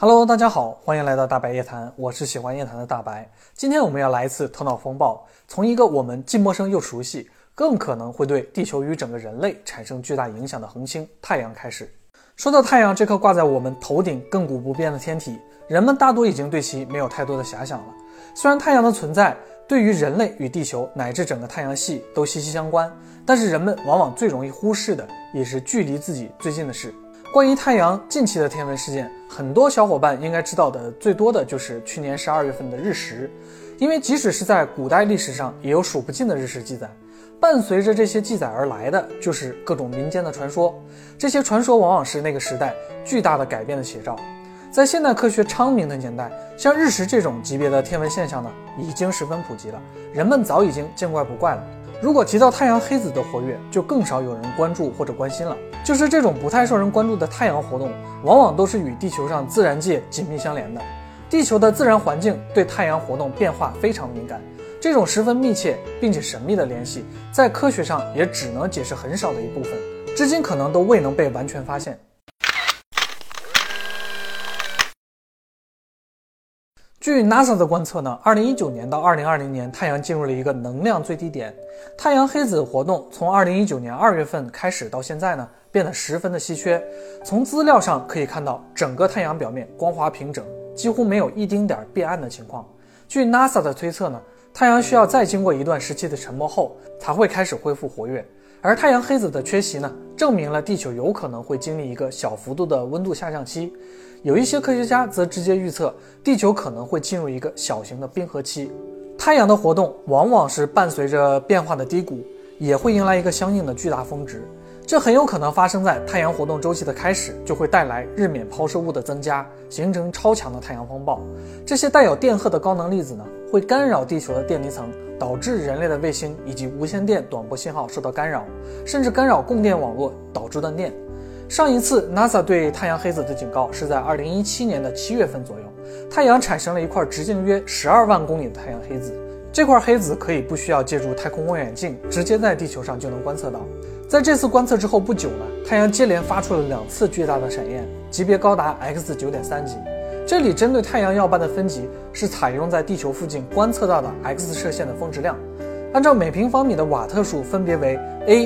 Hello， 大家好，欢迎来到大白夜谈，我是喜欢夜谈的大白。今天我们要来一次头脑风暴，从一个我们既陌生又熟悉，更可能会对地球与整个人类产生巨大影响的恒星太阳开始。说到太阳这颗挂在我们头顶亘古不变的天体，人们大多已经对其没有太多的遐想了。虽然太阳的存在对于人类与地球乃至整个太阳系都息息相关，但是人们往往最容易忽视的也是距离自己最近的事。关于太阳近期的天文事件，很多小伙伴应该知道的最多的就是去年12月份的日食，因为即使是在古代历史上也有数不尽的日食记载，伴随着这些记载而来的就是各种民间的传说，这些传说往往是那个时代巨大的改变的写照。在现代科学昌明的年代，像日食这种级别的天文现象呢，已经十分普及了，人们早已经见怪不怪了。如果提到太阳黑子的活跃，就更少有人关注或者关心了。就是这种不太受人关注的太阳活动，往往都是与地球上自然界紧密相连的。地球的自然环境对太阳活动变化非常敏感，这种十分密切并且神秘的联系，在科学上也只能解释很少的一部分，至今可能都未能被完全发现。据 NASA 的观测呢，2019年到2020年，太阳进入了一个能量最低点。太阳黑子活动从2019年2月份开始到现在呢，变得十分的稀缺。从资料上可以看到，整个太阳表面光滑平整，几乎没有一丁点变暗的情况。据 NASA 的推测呢，太阳需要再经过一段时期的沉默后，才会开始恢复活跃。而太阳黑子的缺席呢，证明了地球有可能会经历一个小幅度的温度下降期。有一些科学家则直接预测，地球可能会进入一个小型的冰河期。太阳的活动往往是伴随着变化的低谷，也会迎来一个相应的巨大峰值。这很有可能发生在太阳活动周期的开始，就会带来日冕抛射物的增加，形成超强的太阳风暴。这些带有电荷的高能粒子呢，会干扰地球的电离层，导致人类的卫星以及无线电短波信号受到干扰，甚至干扰供电网络导致断电。上一次 NASA 对太阳黑子的警告是在2017年的7月份左右，太阳产生了一块直径约12万公里的太阳黑子。这块黑子可以不需要借助太空望远镜，直接在地球上就能观测到。在这次观测之后不久呢，太阳接连发出了2次巨大的闪焰，级别高达 X9.3 级。这里针对太阳耀斑的分级是采用在地球附近观测到的 X 射线的峰值量，按照每平方米的瓦特数分别为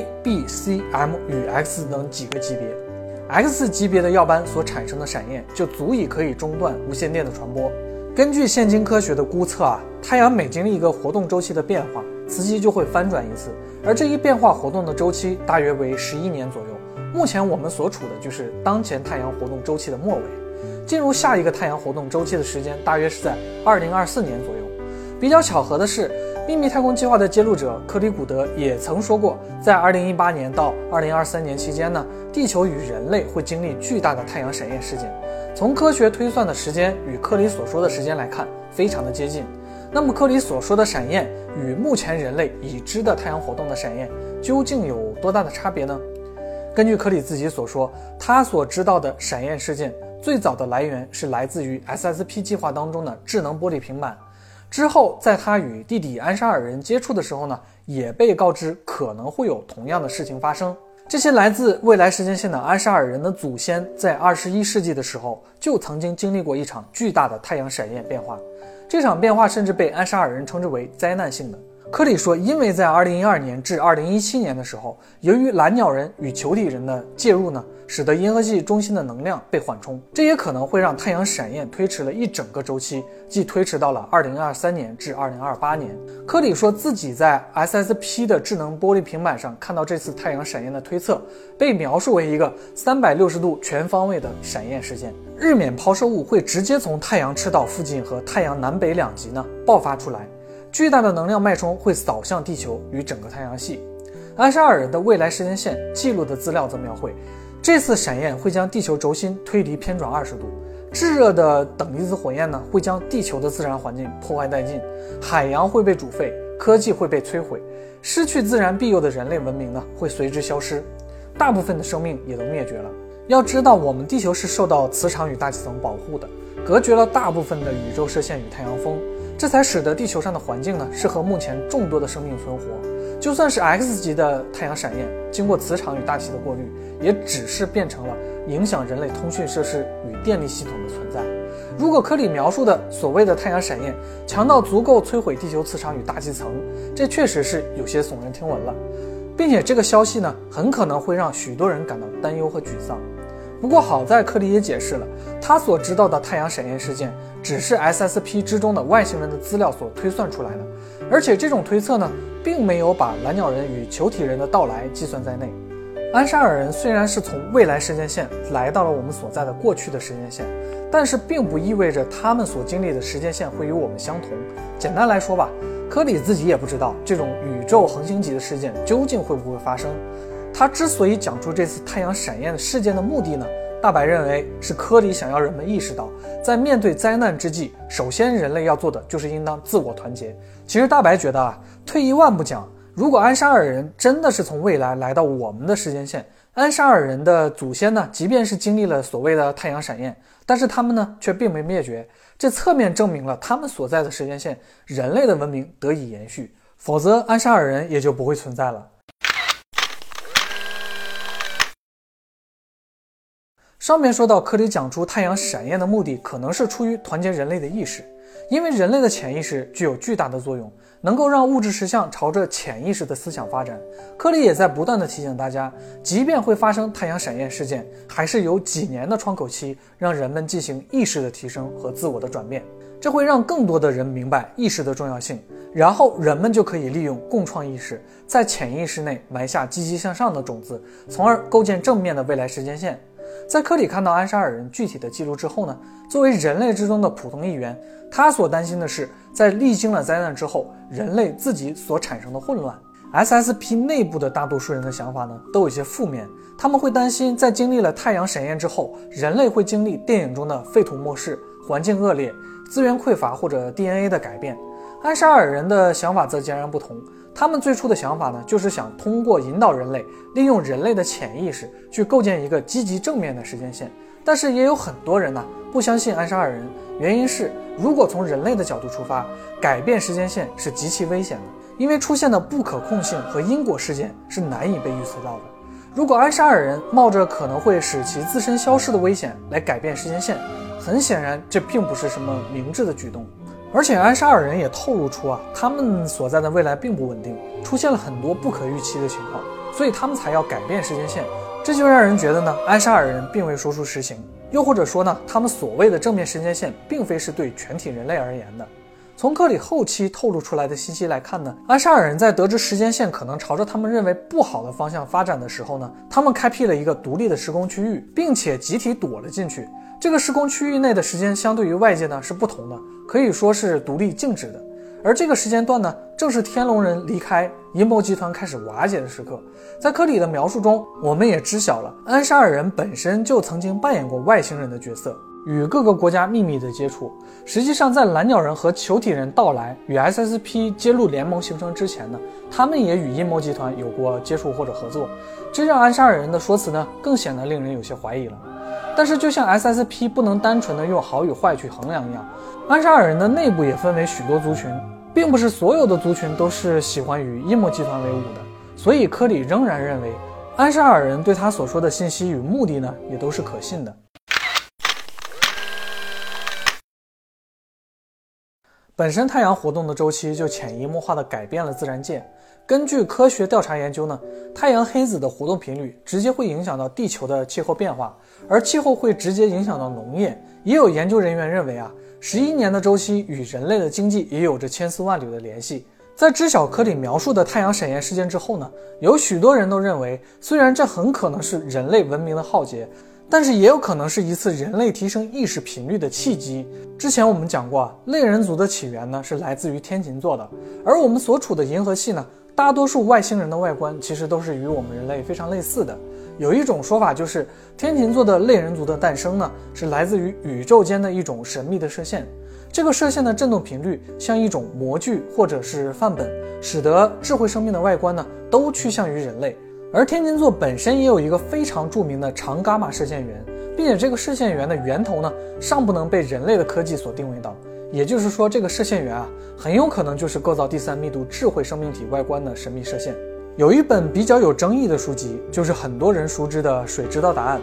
A、B、C、M 与 X 等几个级别。X 级别的耀斑所产生的闪焰就足以可以中断无线电的传播。根据现今科学的估测太阳每经历一个活动周期的变化，磁极就会翻转一次，而这一变化活动的周期大约为11年左右。目前我们所处的就是当前太阳活动周期的末尾，进入下一个太阳活动周期的时间大约是在2024年左右。比较巧合的是，秘密太空计划的揭露者克里古德也曾说过，在2018年到2023年期间呢，地球与人类会经历巨大的太阳闪焰事件。从科学推算的时间与克里所说的时间来看，非常的接近。那么克里所说的闪焰与目前人类已知的太阳活动的闪焰究竟有多大的差别呢？根据克里自己所说，他所知道的闪焰事件最早的来源是来自于 SSP 计划当中的智能玻璃平板。之后在他与弟弟安沙尔人接触的时候呢，也被告知可能会有同样的事情发生。这些来自未来时间线的安沙尔人的祖先在21世纪的时候就曾经经历过一场巨大的太阳闪焰变化，这场变化甚至被安沙尔人称之为灾难性的。科里说，因为在2012年至2017年的时候，由于蓝鸟人与球体人的介入呢，使得银河系中心的能量被缓冲，这也可能会让太阳闪焰推迟了一整个周期，即推迟到了2023年至2028年。科里说自己在 SSP 的智能玻璃平板上看到这次太阳闪焰的推测，被描述为一个360度全方位的闪焰事件。日冕抛射物会直接从太阳赤道附近和太阳南北两极呢爆发出来，巨大的能量脉冲会扫向地球与整个太阳系。安沙尔人的未来时间线记录的资料则描绘，这次闪焰会将地球轴心推离偏转20度，炙热的等离子火焰呢会将地球的自然环境破坏殆尽，海洋会被煮沸，科技会被摧毁，失去自然庇佑的人类文明呢会随之消失，大部分的生命也都灭绝了。要知道，我们地球是受到磁场与大气层保护的，隔绝了大部分的宇宙射线与太阳风，这才使得地球上的环境呢适合目前众多的生命存活。就算是 X 级的太阳闪焰，经过磁场与大气的过滤，也只是变成了影响人类通讯设施与电力系统的存在。 如果科里描述的所谓的太阳闪焰强到足够摧毁地球磁场与大气层，这确实是有些耸人听闻了，并且这个消息呢，很可能会让许多人感到担忧和沮丧。不过好在科里也解释了，他所知道的太阳闪焰事件只是 SSP 之中的外星人的资料所推算出来的，而且这种推测呢，并没有把蓝鸟人与球体人的到来计算在内。安沙尔人虽然是从未来时间线来到了我们所在的过去的时间线，但是并不意味着他们所经历的时间线会与我们相同。简单来说吧，科里自己也不知道这种宇宙恒星级的事件究竟会不会发生。他之所以讲出这次太阳闪焰事件的目的呢，大白认为是科里想要人们意识到，在面对灾难之际，首先人类要做的就是应当自我团结。其实大白觉得退一万步讲，如果安沙尔人真的是从未来来到我们的时间线，安沙尔人的祖先呢，即便是经历了所谓的太阳闪焰，但是他们呢却并没灭绝，这侧面证明了他们所在的时间线人类的文明得以延续，否则安沙尔人也就不会存在了。上面说到科里讲出太阳闪焰的目的可能是出于团结人类的意识，因为人类的潜意识具有巨大的作用，能够让物质实相朝着潜意识的思想发展。科里也在不断地提醒大家，即便会发生太阳闪焰事件，还是有几年的窗口期让人们进行意识的提升和自我的转变，这会让更多的人明白意识的重要性，然后人们就可以利用共创意识在潜意识内埋下积极向上的种子，从而构建正面的未来时间线。在科里看到安沙尔人具体的记录之后呢，作为人类之中的普通一员，他所担心的是在历经了灾难之后，人类自己所产生的混乱。SSP 内部的大多数人的想法呢，都有些负面，他们会担心在经历了太阳闪焰之后，人类会经历电影中的废土末世、环境恶劣、资源匮乏或者 DNA 的改变。安沙尔人的想法则截然不同，他们最初的想法呢，就是想通过引导人类，利用人类的潜意识去构建一个积极正面的时间线。但是也有很多人呢，不相信安沙尔人，原因是如果从人类的角度出发，改变时间线是极其危险的，因为出现的不可控性和因果事件是难以被预测到的。如果安沙尔人冒着可能会使其自身消失的危险来改变时间线，很显然这并不是什么明智的举动。而且安沙尔人也透露出他们所在的未来并不稳定，出现了很多不可预期的情况，所以他们才要改变时间线。这就让人觉得呢，安沙尔人并未说出实情，又或者说呢，他们所谓的正面时间线并非是对全体人类而言的。从科里后期透露出来的信息来看呢，安沙尔人在得知时间线可能朝着他们认为不好的方向发展的时候呢，他们开辟了一个独立的时空区域，并且集体躲了进去。这个时空区域内的时间相对于外界呢是不同的，可以说是独立静止的。而这个时间段呢，正是天龙人离开，阴谋集团开始瓦解的时刻。在科里的描述中，我们也知晓了安沙尔人本身就曾经扮演过外星人的角色，与各个国家秘密的接触。实际上在蓝鸟人和球体人到来与 SSP 揭露联盟形成之前呢，他们也与阴谋集团有过接触或者合作，这让安沙尔人的说辞呢更显得令人有些怀疑了。但是就像 SSP 不能单纯的用好与坏去衡量一样，安沙尔人的内部也分为许多族群，并不是所有的族群都是喜欢与阴谋集团为伍的，所以科里仍然认为安沙尔人对他所说的信息与目的呢也都是可信的。本身太阳活动的周期就潜移默化地改变了自然界。根据科学调查研究呢，太阳黑子的活动频率直接会影响到地球的气候变化，而气候会直接影响到农业。也有研究人员认为11年的周期与人类的经济也有着千丝万缕的联系。在知晓科里描述的太阳闪焰事件之后呢，有许多人都认为，虽然这很可能是人类文明的浩劫，但是也有可能是一次人类提升意识频率的契机。之前我们讲过类人族的起源呢是来自于天琴座的，而我们所处的银河系呢，大多数外星人的外观其实都是与我们人类非常类似的。有一种说法就是天琴座的类人族的诞生呢，是来自于宇宙间的一种神秘的射线。这个射线的振动频率像一种模具或者是范本，使得智慧生命的外观呢都趋向于人类。而天琴座本身也有一个非常著名的长伽马射线源，并且这个射线源的源头呢尚不能被人类的科技所定位到，也就是说这个射线源很有可能就是构造第三密度智慧生命体外观的神秘射线。有一本比较有争议的书籍，就是很多人熟知的《水知道答案》。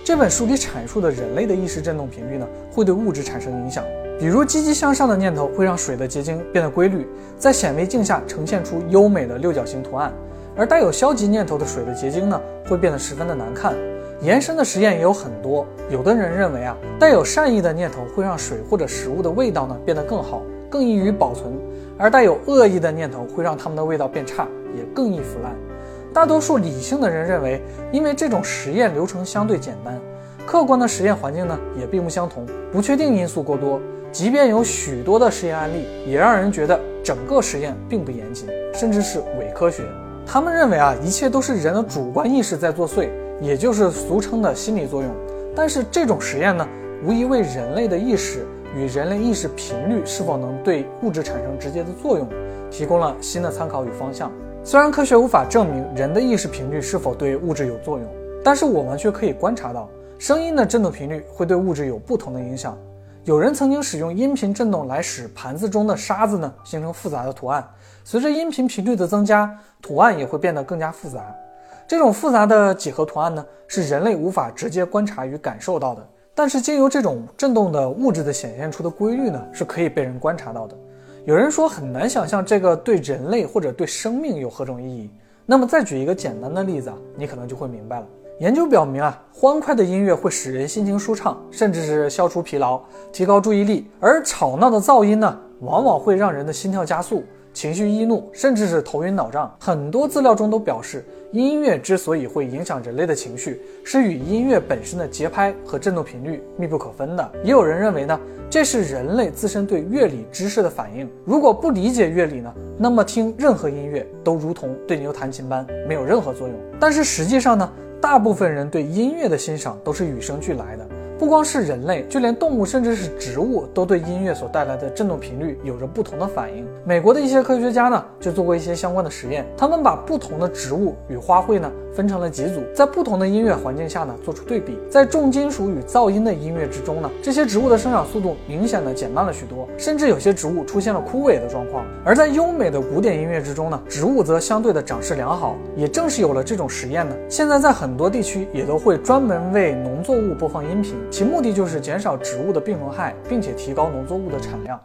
这本书里阐述的人类的意识振动频率呢，会对物质产生影响。比如积极向上的念头会让水的结晶变得规律，在显微镜下呈现出优美的六角形图案，而带有消极念头的水的结晶呢，会变得十分的难看。延伸的实验也有很多，有的人认为带有善意的念头会让水或者食物的味道呢变得更好，更易于保存，而带有恶意的念头会让它们的味道变差，也更易腐烂。大多数理性的人认为，因为这种实验流程相对简单，客观的实验环境呢也并不相同，不确定因素过多，即便有许多的实验案例，也让人觉得整个实验并不严谨，甚至是伪科学。他们认为一切都是人的主观意识在作祟，也就是俗称的心理作用。但是这种实验呢，无疑为人类的意识与人类意识频率是否能对物质产生直接的作用，提供了新的参考与方向。虽然科学无法证明人的意识频率是否对物质有作用，但是我们却可以观察到，声音的振动频率会对物质有不同的影响。有人曾经使用音频振动来使盘子中的沙子呢形成复杂的图案，随着音频频率的增加，图案也会变得更加复杂。这种复杂的几何图案呢，是人类无法直接观察与感受到的，但是经由这种振动的物质的显现出的规律呢，是可以被人观察到的。有人说很难想象这个对人类或者对生命有何种意义，那么再举一个简单的例子你可能就会明白了。研究表明欢快的音乐会使人心情舒畅，甚至是消除疲劳，提高注意力，而吵闹的噪音呢，往往会让人的心跳加速，情绪易怒，甚至是头晕脑胀。很多资料中都表示，音乐之所以会影响人类的情绪，是与音乐本身的节拍和振动频率密不可分的。也有人认为呢，这是人类自身对乐理知识的反应。如果不理解乐理呢，那么听任何音乐都如同对牛弹琴般，没有任何作用。但是实际上呢，大部分人对音乐的欣赏都是与生俱来的。不光是人类，就连动物甚至是植物都对音乐所带来的振动频率有着不同的反应。美国的一些科学家呢，就做过一些相关的实验，他们把不同的植物与花卉呢分成了几组，在不同的音乐环境下呢做出对比。在重金属与噪音的音乐之中呢，这些植物的生长速度明显的减慢了许多，甚至有些植物出现了枯萎的状况。而在优美的古典音乐之中呢，植物则相对的长势良好。也正是有了这种实验呢，现在在很多地区也都会专门为农作物播放音频，其目的就是减少植物的病虫害，并且提高农作物的产量。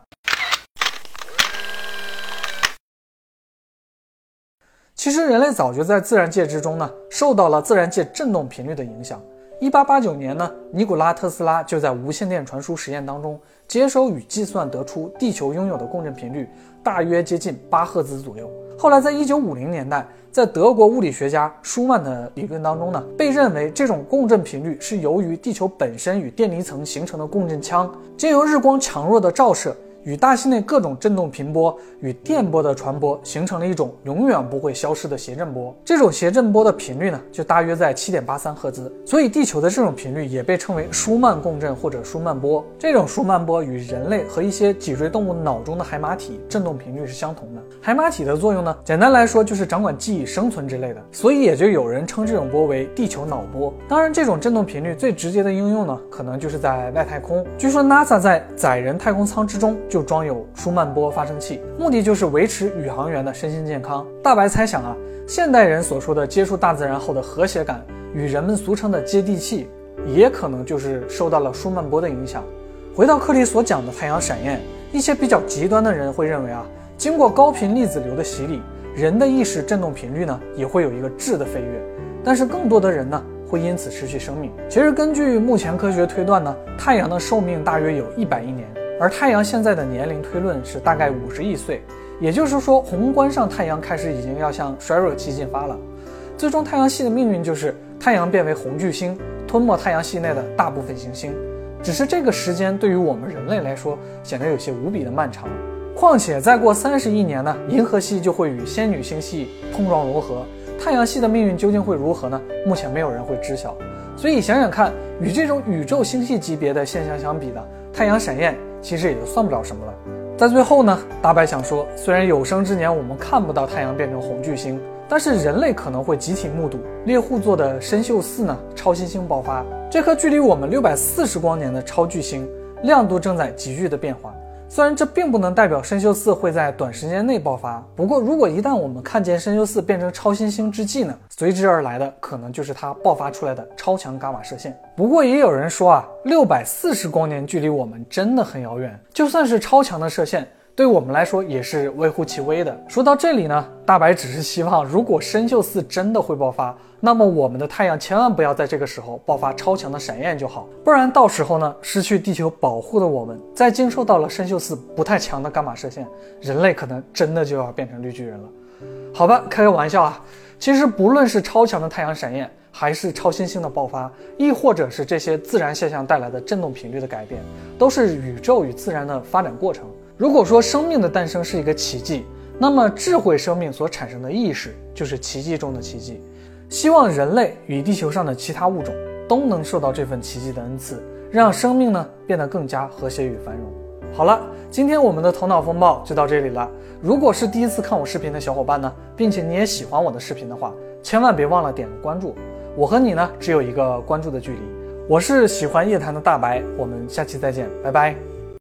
其实人类早就在自然界之中呢，受到了自然界振动频率的影响。1889年呢，尼古拉特斯拉就在无线电传输实验当中，接收与计算得出地球拥有的共振频率大约接近8赫兹左右。后来在1950年代，在德国物理学家舒曼的理论当中呢，被认为这种共振频率是由于地球本身与电离层形成的共振腔，经由日光强弱的照射与大气内各种振动频波与电波的传播，形成了一种永远不会消失的谐振波。这种谐振波的频率呢，就大约在 7.83 赫兹，所以地球的这种频率也被称为舒曼共振或者舒曼波。这种舒曼波与人类和一些脊椎动物脑中的海马体振动频率是相同的。海马体的作用呢，简单来说就是掌管记忆、生存之类的，所以也就有人称这种波为地球脑波。当然，这种振动频率最直接的应用呢，可能就是在外太空。据说 NASA 在载人太空舱之中就装有舒曼波发生器，目的就是维持宇航员的身心健康。大白猜想现代人所说的接触大自然后的和谐感，与人们俗称的接地气，也可能就是受到了舒曼波的影响。回到课里所讲的太阳闪焰，一些比较极端的人会认为经过高频粒子流的洗礼，人的意识振动频率呢也会有一个质的飞跃，但是更多的人呢会因此失去生命。其实根据目前科学推断呢，太阳的寿命大约有110年，而太阳现在的年龄推论是大概50亿岁，也就是说宏观上太阳开始已经要向衰弱期进发了。最终太阳系的命运就是太阳变为红巨星，吞没太阳系内的大部分行星。只是这个时间对于我们人类来说显得有些无比的漫长。况且再过30亿年呢，银河系就会与仙女星系碰撞融合，太阳系的命运究竟会如何呢？目前没有人会知晓。所以想想看，与这种宇宙星系级别的现象相比的，太阳闪焰其实也就算不了什么了。在最后呢，大白想说，虽然有生之年我们看不到太阳变成红巨星，但是人类可能会集体目睹猎户座的参宿4呢超新星爆发。这颗距离我们640光年的超巨星亮度正在急剧的变化， 虽然这并不能代表参宿4会在短时间内爆发，不过如果一旦我们看见参宿4变成超新星之际呢，随之而来的可能就是它爆发出来的超强伽马射线。不过也有人说啊，640光年距离我们真的很遥远，就算是超强的射线，对我们来说也是微乎其微的。说到这里呢，大白只是希望，如果参宿4真的会爆发，那么我们的太阳千万不要在这个时候爆发超强的闪焰就好，不然到时候呢，失去地球保护的我们，在经受到了参宿4不太强的伽马射线，人类可能真的就要变成绿巨人了。好吧，开个玩笑啊。其实不论是超强的太阳闪焰，还是超新星的爆发，亦或者是这些自然现象带来的振动频率的改变，都是宇宙与自然的发展过程。如果说生命的诞生是一个奇迹，那么智慧生命所产生的意识就是奇迹中的奇迹。希望人类与地球上的其他物种都能受到这份奇迹的恩赐，让生命呢变得更加和谐与繁荣。好了，今天我们的头脑风暴就到这里了。如果是第一次看我视频的小伙伴呢，并且你也喜欢我的视频的话，千万别忘了点个关注。我和你呢只有一个关注的距离。我是喜欢夜谈的大白，我们下期再见，拜拜。